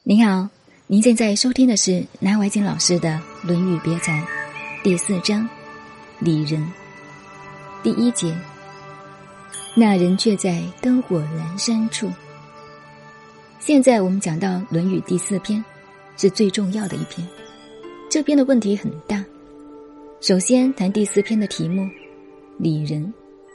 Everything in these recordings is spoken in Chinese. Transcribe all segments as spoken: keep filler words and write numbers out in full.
您好，您现在收听的是南怀瑾老师的《论语别裁》第四章礼人第一节。那人却在灯火阑珊处。现在我们讲到《论语》第四篇，是最重要的一篇。这篇的问题很大。首先谈第四篇的题目，礼人。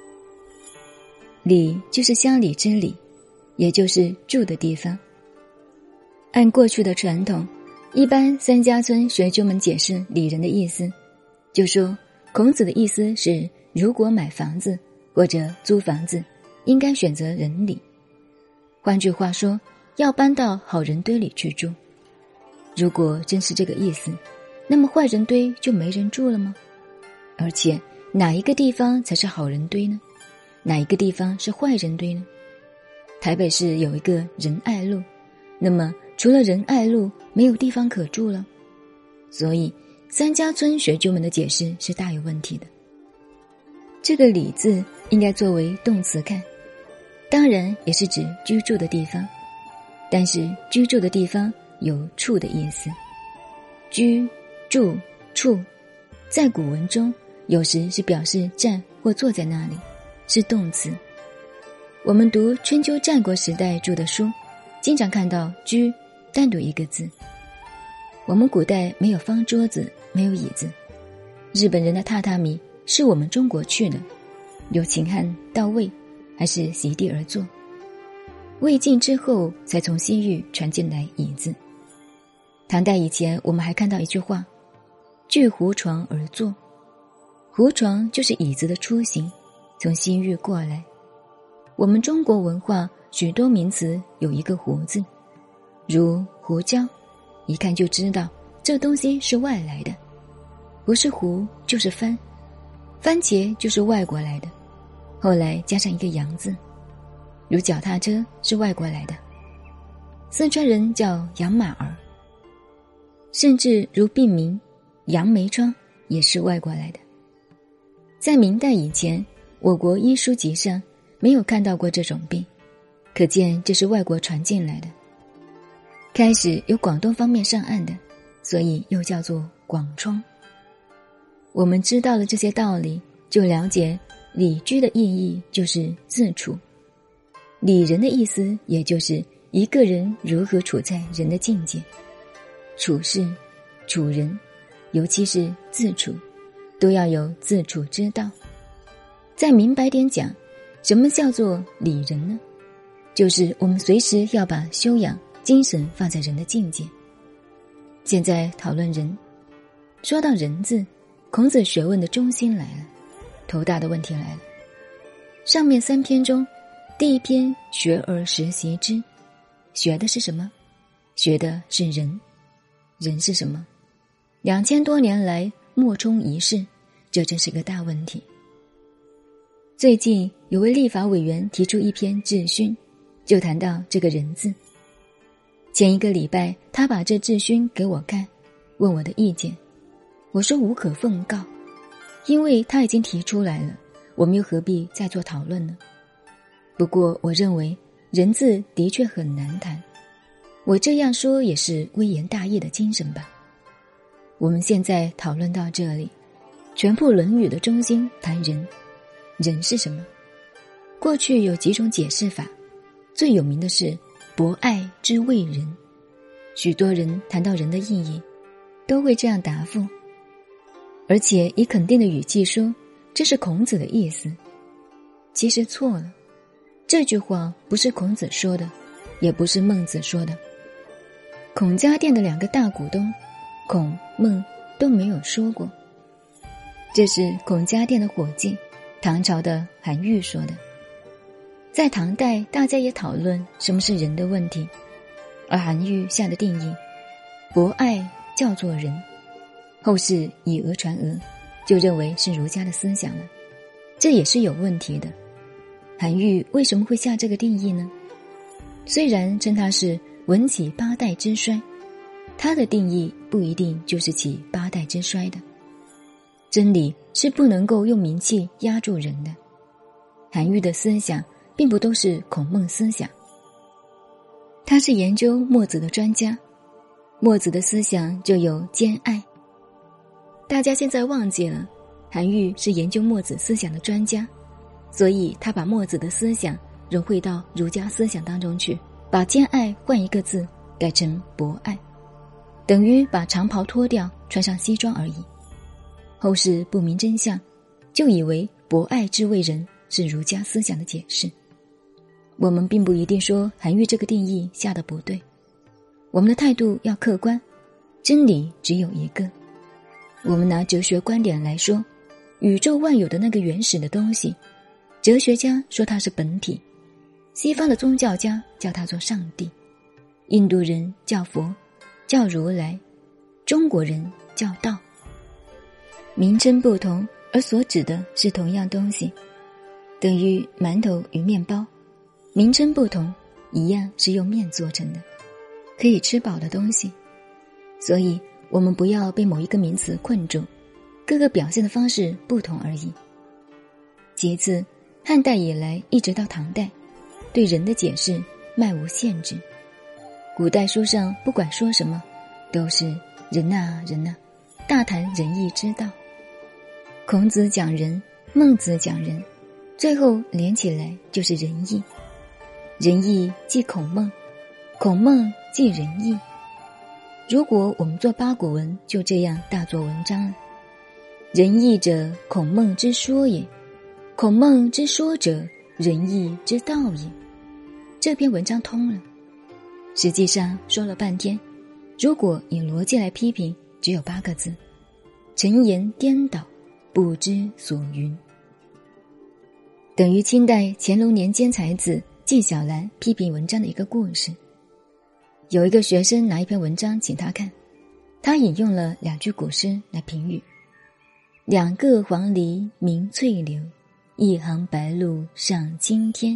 礼就是乡里之礼，也就是住的地方。按过去的传统，一般三家村学究们解释礼人的意思，就说孔子的意思是，如果买房子或者租房子，应该选择人里。换句话说，要搬到好人堆里去住。如果真是这个意思，那么坏人堆就没人住了吗？而且哪一个地方才是好人堆呢？哪一个地方是坏人堆呢？台北市有一个仁爱路，那么除了仁爱路没有地方可住了，所以三家村学究们的解释是大有问题的。这个礼字应该作为动词看，当然也是指居住的地方，但是居住的地方有处的意思。居、住、处在古文中有时是表示站或坐在那里，是动词。我们读春秋战国时代著的书，经常看到居单独一个字。我们古代没有方桌子，没有椅子，日本人的榻榻米是我们中国去的，由秦汉到魏还是席地而坐，魏晋之后才从西域传进来椅子。唐代以前我们还看到一句话，据胡床而坐。胡床就是椅子的雏形，从西域过来。我们中国文化许多名词有一个胡字，如胡椒，一看就知道这东西是外来的，不是胡就是番，番茄就是外国来的，后来加上一个洋字。如脚踏车是外国来的，四川人叫洋马儿，甚至如病名杨梅疮也是外国来的。在明代以前，我国医书籍上没有看到过这种病，可见这是外国传进来的。开始由广东方面上岸的，所以又叫做广疮。我们知道了这些道理，就了解礼居的意义就是自处，礼人的意思也就是一个人如何处在人的境界，处事、处人，尤其是自处，都要有自处之道。再明白点讲，什么叫做礼人呢？就是我们随时要把修养、精神放在人的境界。现在讨论人，说到人字，孔子学问的中心来了，头大的问题来了。上面三篇中，第一篇学而时习之，学的是什么？学的是人。人是什么？两千多年来莫衷一是，这真是个大问题。最近有位立法委员提出一篇质询，就谈到这个人字。前一个礼拜他把这质询给我看，问我的意见。我说无可奉告，因为他已经提出来了，我们又何必再做讨论呢？不过我认为人字的确很难谈，我这样说也是微言大义的精神吧。我们现在讨论到这里，全部论语的中心谈人。人是什么？过去有几种解释法，最有名的是博爱之谓人。许多人谈到人的意义，都会这样答复，而且以肯定的语气说这是孔子的意思。其实错了，这句话不是孔子说的，也不是孟子说的。孔家店的两个大股东孔、孟都没有说过，这是孔家店的伙计唐朝的韩愈说的。在唐代大家也讨论什么是人的问题，而韩愈下的定义博爱叫做人，后世以讹传讹，就认为是儒家的思想了，这也是有问题的。韩愈为什么会下这个定义呢？虽然称他是文起八代之衰，他的定义不一定就是起八代之衰的。真理是不能够用名气压住人的。韩愈的思想并不都是孔孟思想。 他是研究墨子的专家，墨子的思想就有兼爱。大家现在忘记了，韩愈是研究墨子思想的专家，所以他把墨子的思想融汇到儒家思想当中去，把兼爱换一个字改成博爱，等于把长袍脱掉穿上西装而已。后世不明真相，就以为博爱之为人是儒家思想的解释。我们并不一定说韩愈这个定义下的不对，我们的态度要客观，真理只有一个。我们拿哲学观点来说，宇宙万有的那个原始的东西，哲学家说它是本体，西方的宗教家叫它做上帝，印度人叫佛，叫如来，中国人叫道。名称不同，而所指的是同样东西，等于馒头与面包，名称不同，一样是用面做成的，可以吃饱的东西。所以我们不要被某一个名词困住，各个表现的方式不同而已。其次，汉代以来一直到唐代，对人的解释漫无限制。古代书上不管说什么，都是人啊人啊，大谈仁义之道。孔子讲仁，孟子讲仁，最后连起来就是仁义。仁义即孔孟，孔孟即仁义。如果我们做八股文就这样大做文章了，仁义者孔孟之说也，孔孟之说者仁义之道也，这篇文章通了。实际上说了半天，如果以逻辑来批评，只有八个字：陈言颠倒，不知所云。等于清代乾隆年间才子纪晓岚批评文章的一个故事。有一个学生拿一篇文章请他看，他引用了两句古诗来评语：两个黄鹂鸣翠柳，一行白鹭上青天。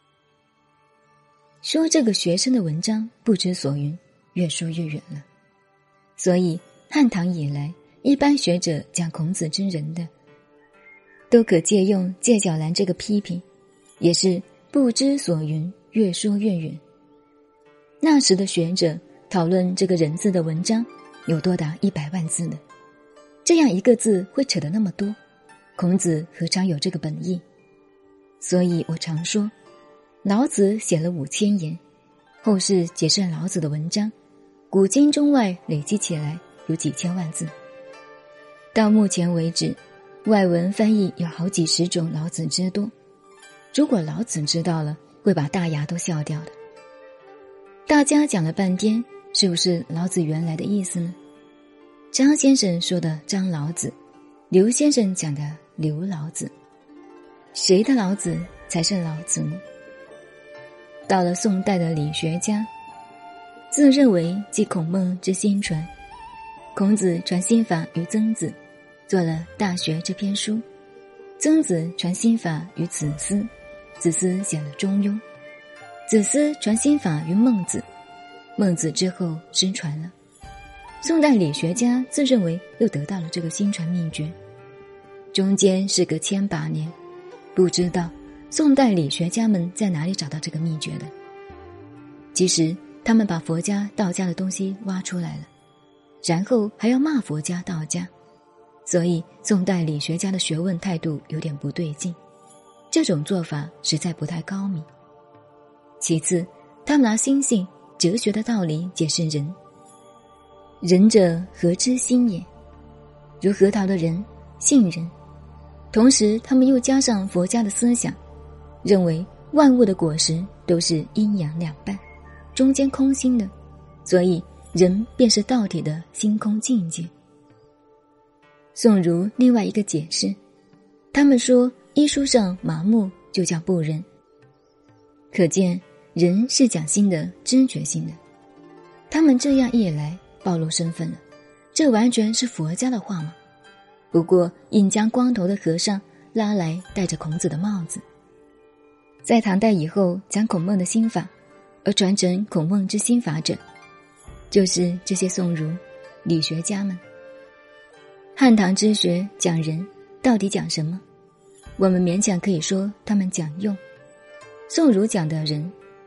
说这个学生的文章不知所云，越说越远了。所以汉唐以来，一般学者讲孔子之人的，都可借用纪晓岚这个批评，也是不知所云，越说越远。那时的学者讨论这个人字的文章有多达一百万字的，这样一个字会扯得那么多，孔子何尝有这个本意？所以我常说，老子写了五千言，后世解释老子的文章，古今中外累积起来有几千万字。到目前为止，外文翻译有好几十种老子之多，如果老子知道了，会把大牙都笑掉的。大家讲了半天，是不是老子原来的意思呢？张先生说的张老子，刘先生讲的刘老子，谁的老子才是老子呢？到了宋代的理学家，自认为即孔孟之心传，孔子传心法于曾子，做了《大学》这篇书，曾子传心法于子思，子思写了《中庸》，子思传心法于孟子，孟子之后失传了。宋代理学家自认为又得到了这个心传秘诀，中间是个千把年，不知道宋代理学家们在哪里找到这个秘诀的。其实他们把佛家道家的东西挖出来了，然后还要骂佛家道家，所以宋代理学家的学问态度有点不对劲，这种做法实在不太高明。其次，他们拿心性哲学的道理解释人，仁者何之心也，如核桃的仁，杏仁。同时他们又加上佛家的思想，认为万物的果实都是阴阳两半，中间空心的，所以人便是道体的心空境界。宋儒另外一个解释，他们说医书上麻木就叫不仁，可见人是讲心的，知觉性的。他们这样一来暴露身份了，这完全是佛家的话吗？不过引将光头的和尚拉来戴着孔子的帽子。在唐代以后讲孔孟的心法，而传承孔孟之心法者，就是这些宋儒理学家们。汉唐之学讲人，到底讲什么？我们勉强可以说他们讲用。宋儒讲的人，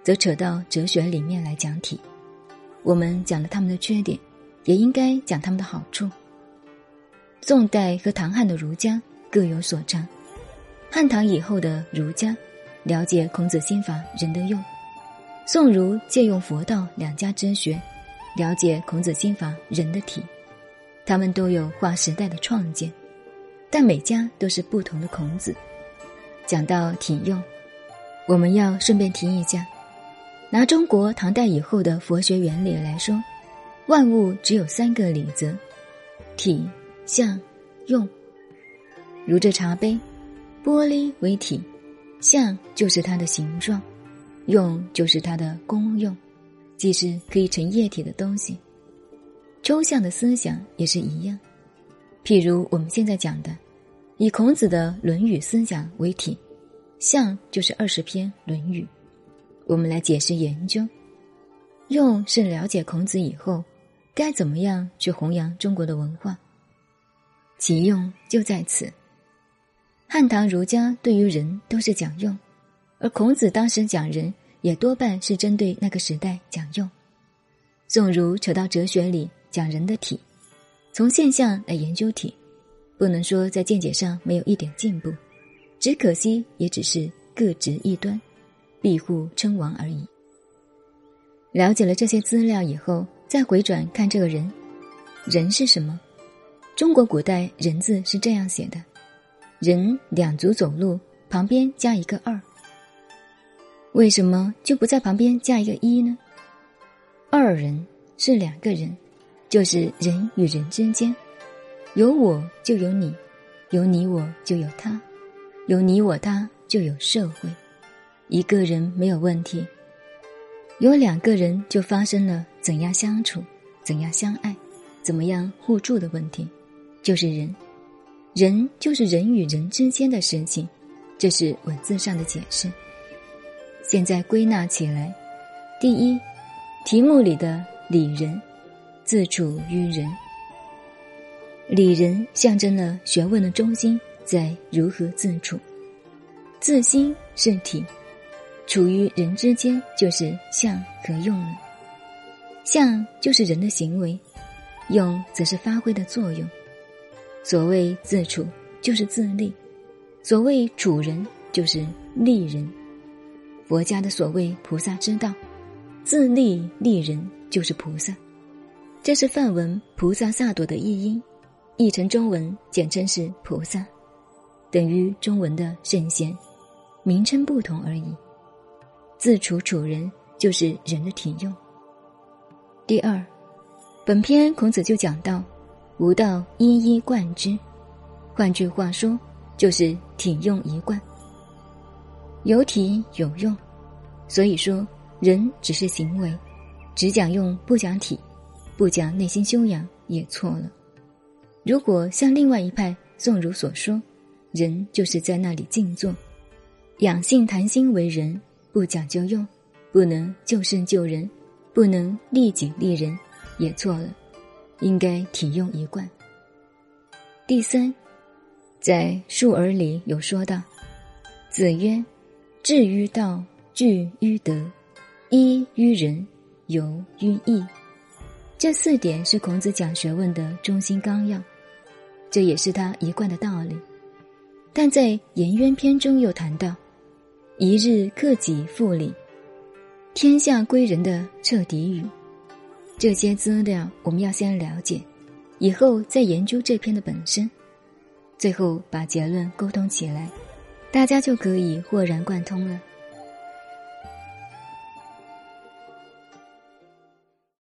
则扯到哲学里面来讲体。我们讲了他们的缺点，也应该讲他们的好处。宋代和唐汉的儒家各有所长，汉唐以后的儒家了解孔子心法人的用，宋儒借用佛道两家哲学，了解孔子心法人的体。他们都有划时代的创建，但每家都是不同的孔子。讲到体用，我们要顺便提一下，拿中国唐代以后的佛学原理来说，万物只有三个理则：体、相、用。如这茶杯，玻璃为体，相就是它的形状，用就是它的功用，即是可以成液体的东西。抽象的思想也是一样，譬如我们现在讲的，以孔子的《论语》思想为体，相就是二十篇《论语》，我们来解释研究。用是了解孔子以后该怎么样去弘扬中国的文化，其用就在此。汉唐儒家对于人都是讲用，而孔子当时讲人也多半是针对那个时代讲用。宋儒扯到哲学里讲人的体，从现象来研究体，不能说在见解上没有一点进步，只可惜也只是各执一端，庇护称王而已。了解了这些资料以后，再回转看这个人，人是什么？中国古代人字是这样写的，人两足走路，旁边加一个二。为什么就不在旁边加一个一呢？二人是两个人，就是人与人之间，有我就有你，有你我就有他，有你我他就有社会。一个人没有问题，有两个人就发生了怎样相处，怎样相爱，怎么样互助的问题，就是人。人就是人与人之间的事情，这是文字上的解释。现在归纳起来，第一，题目里的理人，自处于人。理人象征了学问的中心在如何自处，自心是体，处于人之间就是相和用了。相就是人的行为，用则是发挥的作用。所谓自处就是自立，所谓处人就是立人。佛家的所谓菩萨之道，自立立人就是菩萨。这是梵文菩萨萨埵的译音，译成中文简称是菩萨，等于中文的圣贤，名称不同而已。自处处人就是人的体用。第二，本篇孔子就讲到吾道一一贯之，换句话说就是体用一贯，有体有用。所以说人只是行为，只讲用不讲体，不讲内心修养也错了。如果像另外一派宋儒所说，人就是在那里静坐，养性谈心为人，不讲究用，不能救世救人，不能利己利人，也错了，应该体用一贯。第三，在述而里有说到，子曰：志于道，据于德，依于仁，游于义。这四点是孔子讲学问的中心纲要，这也是他一贯的道理。但在颜渊篇中又谈到，一日克己复礼，天下归仁的彻底语。这些资料我们要先了解，以后再研究这篇的本身，最后把结论沟通起来，大家就可以豁然贯通了。